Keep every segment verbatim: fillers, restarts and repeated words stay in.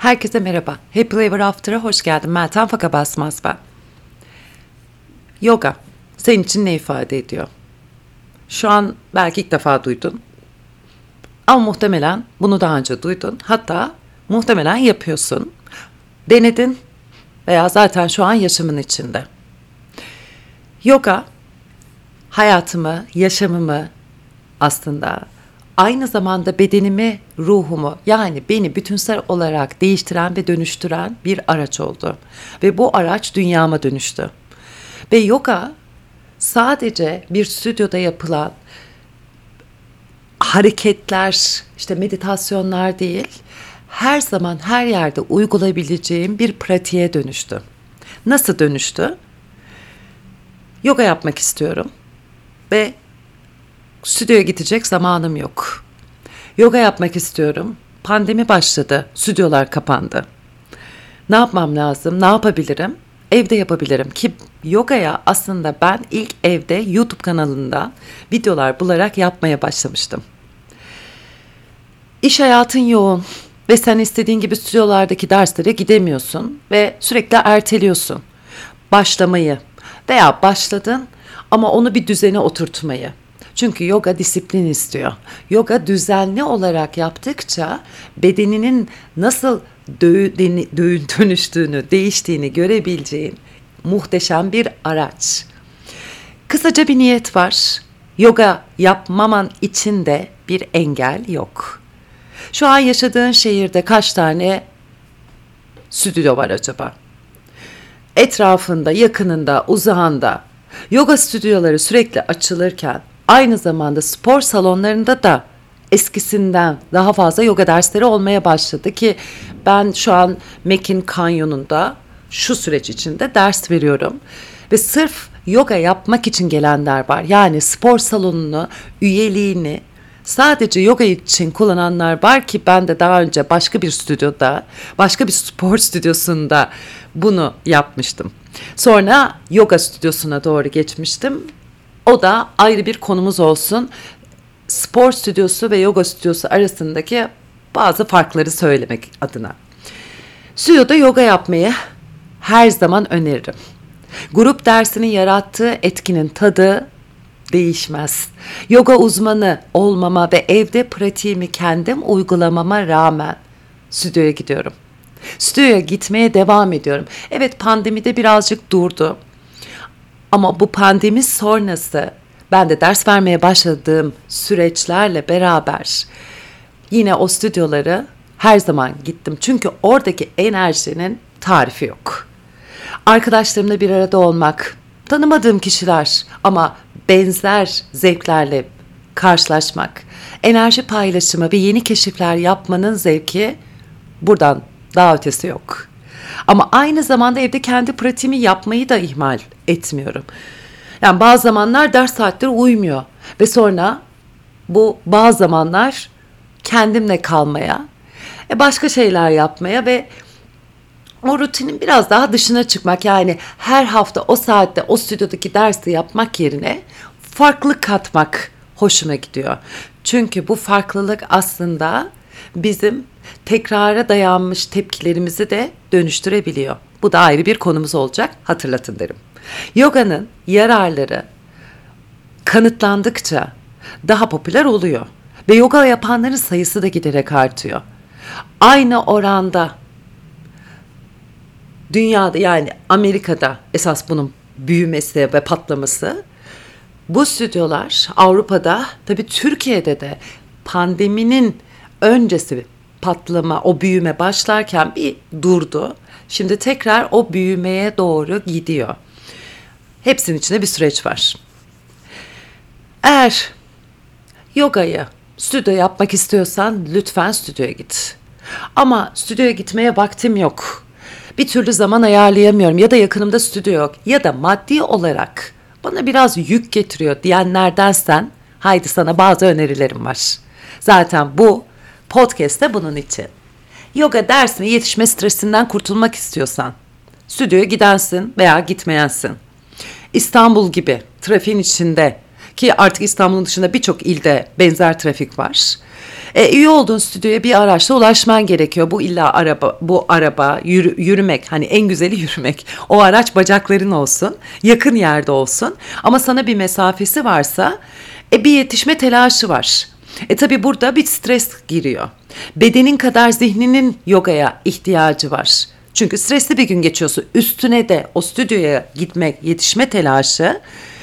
Herkese merhaba. Happy Ever After'a hoş geldin. Meltem Faka Basmaz ben. Yoga senin için ne ifade ediyor? Şu an belki ilk defa duydun. Ama muhtemelen bunu daha önce duydun. Hatta muhtemelen yapıyorsun. Denedin veya zaten şu an yaşamın içinde. Yoga hayatımı, yaşamımı aslında aynı zamanda bedenimi, ruhumu yani beni bütünsel olarak değiştiren ve dönüştüren bir araç oldu. Ve bu araç dünyama dönüştü. Ve yoga sadece bir stüdyoda yapılan hareketler, işte meditasyonlar değil, her zaman her yerde uygulayabileceğim bir pratiğe dönüştü. Nasıl dönüştü? Yoga yapmak istiyorum ve stüdyoya gidecek zamanım yok. Yoga yapmak istiyorum. Pandemi başladı. Stüdyolar kapandı. Ne yapmam lazım? Ne yapabilirim? Evde yapabilirim ki yogaya aslında ben ilk evde YouTube kanalında videolar bularak yapmaya başlamıştım. İş hayatın yoğun ve sen istediğin gibi stüdyolardaki derslere gidemiyorsun ve sürekli erteliyorsun başlamayı veya başladın ama onu bir düzene oturtmayı. Çünkü yoga disiplin istiyor. Yoga düzenli olarak yaptıkça bedeninin nasıl dö- dö- dönüştüğünü, değiştiğini görebileceğin muhteşem bir araç. Kısaca bir niyet var. Yoga yapmaman için de bir engel yok. Şu an yaşadığın şehirde kaç tane stüdyo var acaba? Etrafında, yakınında, uzağında yoga stüdyoları sürekli açılırken aynı zamanda spor salonlarında da eskisinden daha fazla yoga dersleri olmaya başladı ki ben şu an Mekin Kanyonu'nda şu süreç içinde ders veriyorum. Ve sırf yoga yapmak için gelenler var. Yani spor salonunu, üyeliğini sadece yoga için kullananlar var ki ben de daha önce başka bir stüdyoda, başka bir spor stüdyosunda bunu yapmıştım. Sonra yoga stüdyosuna doğru geçmiştim. O da ayrı bir konumuz olsun. Spor stüdyosu ve yoga stüdyosu arasındaki bazı farkları söylemek adına. Stüdyoda yoga yapmayı her zaman öneririm. Grup dersinin yarattığı etkinin tadı değişmez. Yoga uzmanı olmama ve evde pratiğimi kendim uygulamama rağmen stüdyoya gidiyorum. Stüdyoya gitmeye devam ediyorum. Evet, pandemide birazcık durdu. Ama bu pandemi sonrası ben de ders vermeye başladığım süreçlerle beraber yine o stüdyoları her zaman gittim. Çünkü oradaki enerjinin tarifi yok. Arkadaşlarımla bir arada olmak, tanımadığım kişiler ama benzer zevklerle karşılaşmak, enerji paylaşımı ve yeni keşifler yapmanın zevki buradan daha ötesi yok. Ama aynı zamanda evde kendi pratiğimi yapmayı da ihmal etmiyorum. Yani bazı zamanlar ders saatleri uymuyor ve sonra bu bazı zamanlar kendimle kalmaya, başka şeyler yapmaya ve o rutinin biraz daha dışına çıkmak, yani her hafta o saatte o stüdyodaki dersi yapmak yerine farklı katmak hoşuma gidiyor. Çünkü bu farklılık aslında bizim tekrara dayanmış tepkilerimizi de dönüştürebiliyor. Bu da ayrı bir konumuz olacak, hatırlatın derim. Yoga'nın yararları kanıtlandıkça daha popüler oluyor ve yoga yapanların sayısı da giderek artıyor. Aynı oranda dünyada, yani Amerika'da esas bunun büyümesi ve patlaması, bu stüdyolar Avrupa'da, tabii Türkiye'de de pandeminin öncesi patlama, o büyüme başlarken bir durdu. Şimdi tekrar o büyümeye doğru gidiyor. Hepsinin içinde bir süreç var. Eğer yogayı stüdyo yapmak istiyorsan lütfen stüdyoya git. Ama stüdyoya gitmeye vaktim yok, bir türlü zaman ayarlayamıyorum ya da yakınımda stüdyo yok ya da maddi olarak bana biraz yük getiriyor diyenlerdensen haydi sana bazı önerilerim var. Zaten bu podcast de bunun için. Yoga dersine yetişme stresinden kurtulmak istiyorsan stüdyoya gidensin veya gitmeyensin. İstanbul gibi trafiğin içinde, ki artık İstanbul'un dışında birçok ilde benzer trafik var. E, üye olduğun stüdyoya bir araçla ulaşman gerekiyor. Bu illa araba, bu araba, yürü, yürümek. Hani en güzeli yürümek. O araç bacakların olsun, yakın yerde olsun. Ama sana bir mesafesi varsa e, bir yetişme telaşı var. E tabi burada bir stres giriyor. Bedenin kadar zihninin yogaya ihtiyacı var. Çünkü stresli bir gün geçiyorsun. Üstüne de o stüdyoya gitmek, yetişme telaşı,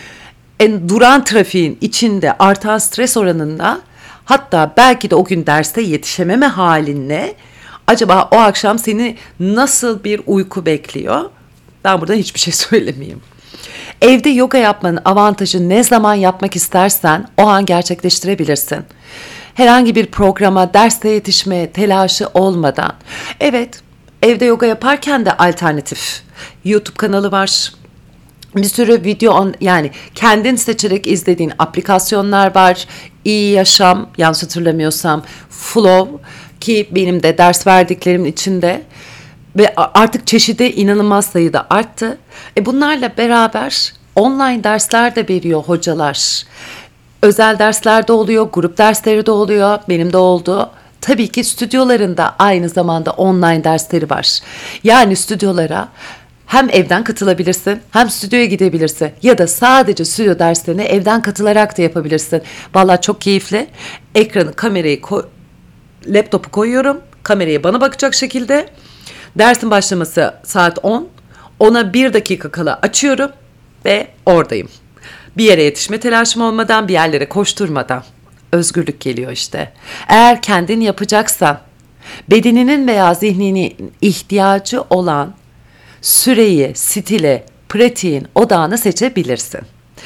en duran trafiğin içinde artan stres oranında, hatta belki de o gün derste yetişememe halinle acaba o akşam seni nasıl bir uyku bekliyor? Ben burada hiçbir şey söylemeyeyim. Evde yoga yapmanın avantajı, ne zaman yapmak istersen o an gerçekleştirebilirsin. Herhangi bir programa, derste yetişme telaşı olmadan. Evet, evde yoga yaparken de alternatif YouTube kanalı var. Bir sürü video on, yani kendin seçerek izlediğin aplikasyonlar var. İyi Yaşam, yanlış hatırlamıyorsam, Flow, ki benim de ders verdiklerimin içinde. Ve artık çeşidi inanılmaz sayıda arttı. E bunlarla beraber online dersler de veriyor hocalar. Özel dersler de oluyor, grup dersleri de oluyor. Benim de oldu. Tabii ki stüdyolarında aynı zamanda online dersleri var. Yani stüdyolara hem evden katılabilirsin, hem stüdyoya gidebilirsin. Ya da sadece stüdyo derslerine evden katılarak da yapabilirsin. Vallahi çok keyifli. Ekranı, kamerayı, ko- laptopu koyuyorum. Kamerayı bana bakacak şekilde. Dersin başlaması saat on. Ona bir dakika kala açıyorum ve oradayım. Bir yere yetişme telaşım olmadan, bir yerlere koşturmadan. Özgürlük geliyor işte. Eğer kendin yapacaksan, bedeninin veya zihninin ihtiyacı olan süreyi, stili, pratiğin odağını seçebilirsin.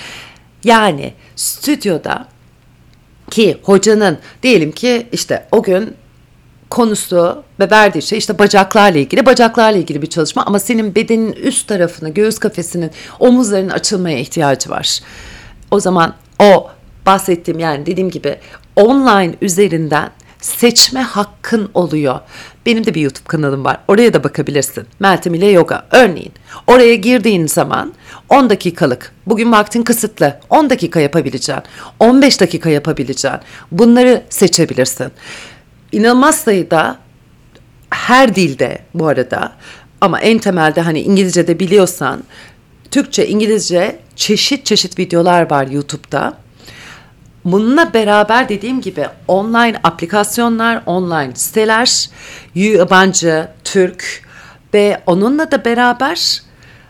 Yani stüdyoda ki hocanın diyelim ki işte o gün konusu ve verdiği şey işte bacaklarla ilgili, bacaklarla ilgili bir çalışma, ama senin bedenin üst tarafını, göğüs kafesinin, omuzlarının açılmaya ihtiyacı var. O zaman o bahsettiğim, yani dediğim gibi online üzerinden seçme hakkın oluyor. Benim de bir YouTube kanalım var. Oraya da bakabilirsin. Meltem ile Yoga. Örneğin oraya girdiğin zaman on dakikalık, bugün vaktin kısıtlı, on dakika yapabileceksin, on beş dakika yapabileceksin. Bunları seçebilirsin. İnanılmaz sayıda, her dilde bu arada, ama en temelde hani İngilizce'de biliyorsan, Türkçe, İngilizce çeşit çeşit videolar var YouTube'da. Bununla beraber dediğim gibi online aplikasyonlar, online siteler, yabancı, Türk ve onunla da beraber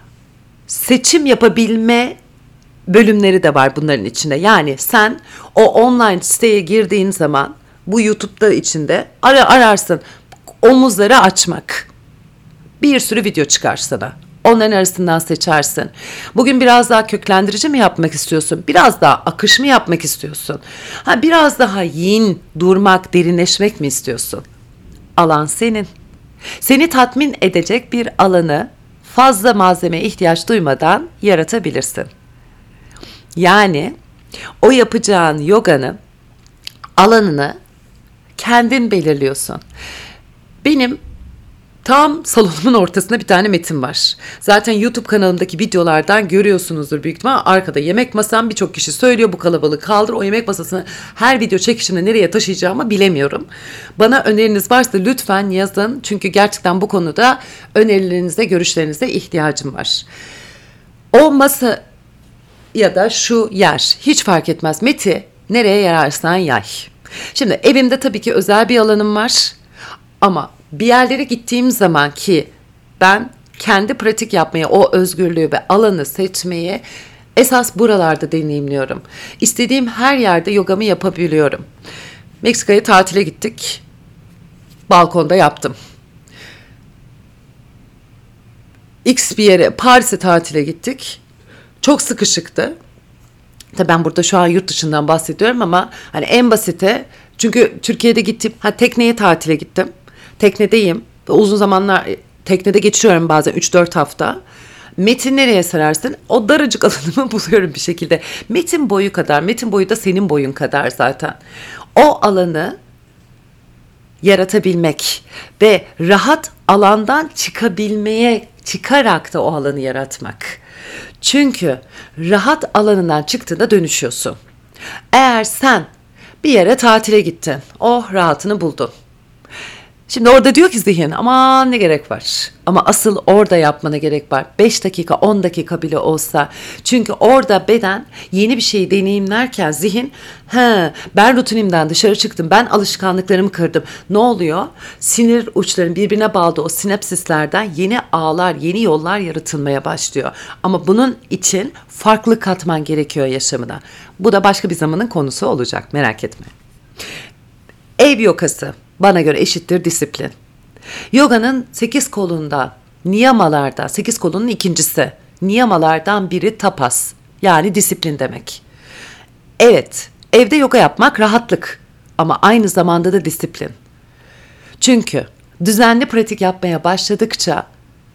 seçim yapabilme bölümleri de var bunların içinde. Yani sen o online siteye girdiğin zaman, bu YouTube'da içinde ara ararsın omuzları açmak. Bir sürü video çıkar sana. Onların arasından seçersin. Bugün biraz daha köklendirici mi yapmak istiyorsun? Biraz daha akış mı yapmak istiyorsun? Ha, biraz daha yin, durmak, derinleşmek mi istiyorsun? Alan senin. Seni tatmin edecek bir alanı fazla malzemeye ihtiyaç duymadan yaratabilirsin. Yani o yapacağın yoganın alanını kendin belirliyorsun. Benim tam salonumun ortasında bir tane metin var. Zaten YouTube kanalımdaki videolardan görüyorsunuzdur büyük ihtimal. Arkada yemek masam, birçok kişi söylüyor bu kalabalığı kaldır. O yemek masasını her video çekişimde nereye taşıyacağımı bilemiyorum. Bana öneriniz varsa lütfen yazın. Çünkü gerçekten bu konuda önerilerinize, görüşlerinize ihtiyacım var. O masa ya da şu yer hiç fark etmez. Meti nereye yararsan yay. Şimdi evimde tabii ki özel bir alanım var. Ama bir yerlere gittiğim zaman ki ben kendi pratik yapmaya, o özgürlüğü ve alanı seçmeyi esas buralarda deneyimliyorum. İstediğim her yerde yogamı yapabiliyorum. Meksika'ya tatile gittik. Balkonda yaptım. X bir yere, Paris'e tatile gittik. Çok sıkışıktı. Tabii ben burada şu an yurt dışından bahsediyorum ama hani en basiti, çünkü Türkiye'de gittim, ha tekneye tatile gittim. Teknedeyim. Uzun zamanlar teknede geçiriyorum, bazen üç dört hafta. Metin nereye sararsın? O daracık alanımı buluyorum bir şekilde. Metin boyu kadar, metin boyu da senin boyun kadar zaten. O alanı yaratabilmek ve rahat alandan çıkabilmeye, çıkarak da o alanı yaratmak. Çünkü rahat alanından çıktığında dönüşüyorsun. Eğer sen Bir yere tatile gittin. Oh, rahatını buldun. Şimdi orada diyor ki zihin, aman ne gerek var. Ama asıl orada yapmana gerek var. beş dakika on dakika bile olsa. Çünkü orada beden yeni bir şeyi deneyimlerken zihin, he, ben rutinimden dışarı çıktım. Ben alışkanlıklarımı kırdım. Ne oluyor? Sinir uçların birbirine bağlı o sinapsislerden yeni ağlar, yeni yollar yaratılmaya başlıyor. Ama bunun için farklı katman gerekiyor yaşamına. Bu da başka bir zamanın konusu olacak, merak etme. Ev yogası bana göre eşittir disiplin. Yoganın sekiz kolunda, niyamalarda, sekiz kolunun ikincisi. Niyamalardan biri tapas, yani disiplin demek. Evet, evde yoga yapmak rahatlık ama aynı zamanda da disiplin. Çünkü düzenli pratik yapmaya başladıkça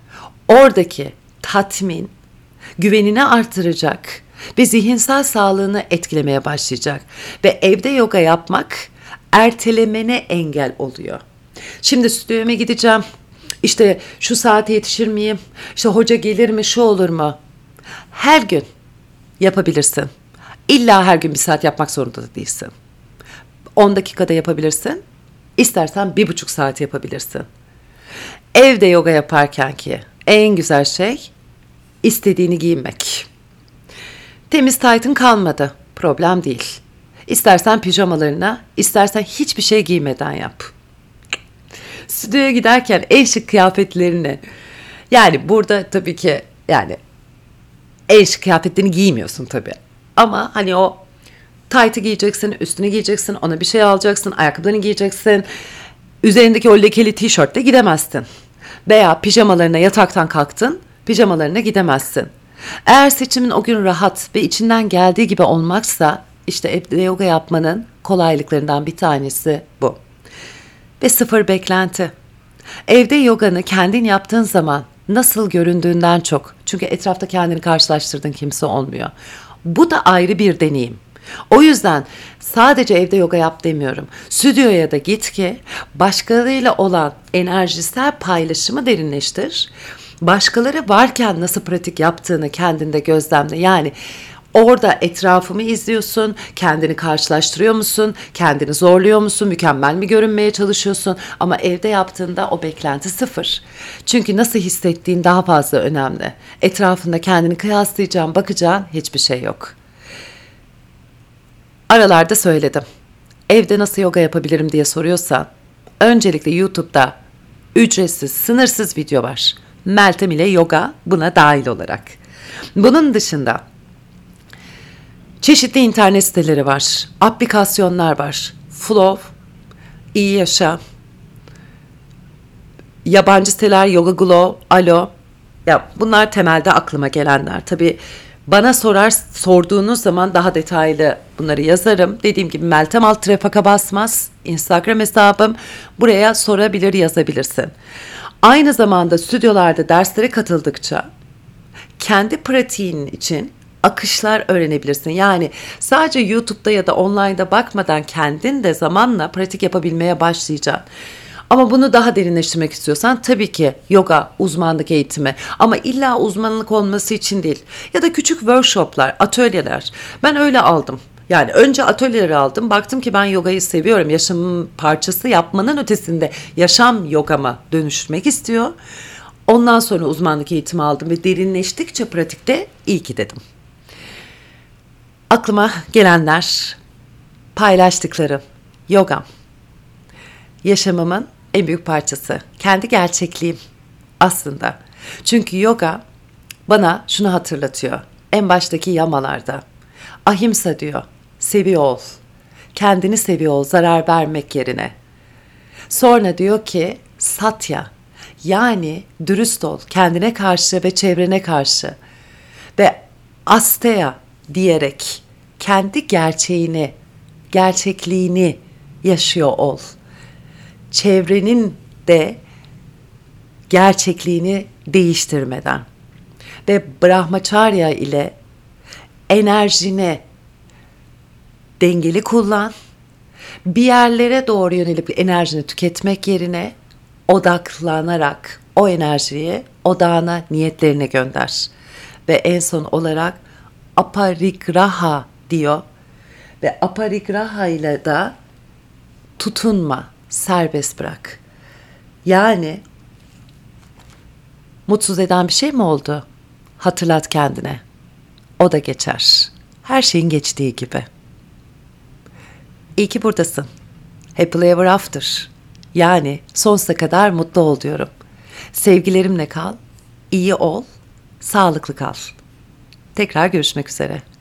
oradaki tatmin, güvenini artıracak ve zihinsel sağlığını etkilemeye başlayacak. Ve evde yoga yapmak ertelemene engel oluyor. Şimdi stüdyoya gideceğim, İşte şu saate yetişir miyim, İşte hoca gelir mi, şu olur mu? Her gün yapabilirsin. İlla her gün bir saat yapmak zorunda da değilsin. on dakikada yapabilirsin. İstersen bir buçuk saat yapabilirsin. Evde yoga yaparken ki en güzel şey istediğini giyinmek. Temiz taytın kalmadı, problem değil. İstersen pijamalarına, istersen hiçbir şey giymeden yap. Stüdyoya giderken en şık kıyafetlerini, yani burada tabii ki yani en şık kıyafetlerini giymiyorsun tabii. Ama hani o taytı giyeceksin, üstünü giyeceksin, ona bir şey alacaksın, ayakkabılarını giyeceksin. Üzerindeki o lekeli tişörtle gidemezsin. Veya pijamalarına yataktan kalktın, pijamalarına gidemezsin. Eğer seçimin o gün rahat ve içinden geldiği gibi olmaksa, işte evde yoga yapmanın kolaylıklarından bir tanesi bu. Ve sıfır beklenti. Evde yoganı kendin yaptığın zaman nasıl göründüğünden çok. Çünkü etrafta kendini karşılaştırdığın kimse olmuyor. Bu da ayrı bir deneyim. O yüzden sadece evde yoga yap demiyorum. Stüdyoya da git ki başkalarıyla olan enerjisel paylaşımı derinleştir. Başkaları varken nasıl pratik yaptığını kendinde gözlemle. Yani orada etrafımı izliyorsun, kendini karşılaştırıyor musun, kendini zorluyor musun, mükemmel mi görünmeye çalışıyorsun? Ama evde yaptığında o beklenti sıfır. Çünkü nasıl hissettiğin daha fazla önemli. Etrafında kendini kıyaslayacağın, bakacağın hiçbir şey yok. Aralarda söyledim. Evde nasıl yoga yapabilirim diye soruyorsan, öncelikle YouTube'da ücretsiz, sınırsız video var. Meltem ile yoga buna dahil olarak. Bunun dışında çeşitli internet siteleri var, aplikasyonlar var. Flow, İyi Yaşa, yabancı siteler Yoga Glow, Alo. Ya bunlar temelde aklıma gelenler. Tabii bana sorar sorduğunuz zaman daha detaylı bunları yazarım. Dediğim gibi Meltem alt refaka basmaz. Instagram hesabım. Buraya sorabilir, yazabilirsin. Aynı zamanda stüdyolarda derslere katıldıkça kendi pratiğin için akışlar öğrenebilirsin. Yani sadece YouTube'da ya da online'da bakmadan kendin de zamanla pratik yapabilmeye başlayacaksın. Ama bunu daha derinleştirmek istiyorsan tabii ki yoga uzmanlık eğitimi, ama illa uzmanlık olması için değil. Ya da küçük workshoplar, atölyeler. Ben öyle aldım. Yani önce atölyeleri aldım. Baktım ki ben yogayı seviyorum. Yaşamın parçası yapmanın ötesinde yaşam yogama dönüştürmek istiyor. Ondan sonra uzmanlık eğitimi aldım ve derinleştikçe pratikte iyi ki dedim. Aklıma gelenler, paylaştıklarım, yogam. Yaşamımın en büyük parçası. Kendi gerçekliğim aslında. Çünkü yoga bana şunu hatırlatıyor. En baştaki yamalarda. Ahimsa diyor. Seviyor ol. Kendini seviyor ol, zarar vermek yerine. Sonra diyor ki satya. Yani dürüst ol kendine karşı ve çevrene karşı. Ve asteya diyerek kendi gerçeğini, gerçekliğini yaşıyor ol. Çevrenin de gerçekliğini değiştirmeden ve Brahmacharya ile enerjini dengeli kullan. Bir yerlere doğru yönelip enerjini tüketmek yerine odaklanarak o enerjiyi odağına, niyetlerine gönder. Ve en son olarak aparigraha diyor. Ve aparigraha ile de tutunma, serbest bırak. Yani mutsuz eden bir şey mi oldu? Hatırlat kendine. O da geçer. Her şeyin geçtiği gibi. İyi ki buradasın. Happily ever after. Yani sonsuza kadar mutlu ol diyorum. Sevgilerimle kal, iyi ol, sağlıklı kal. Tekrar görüşmek üzere.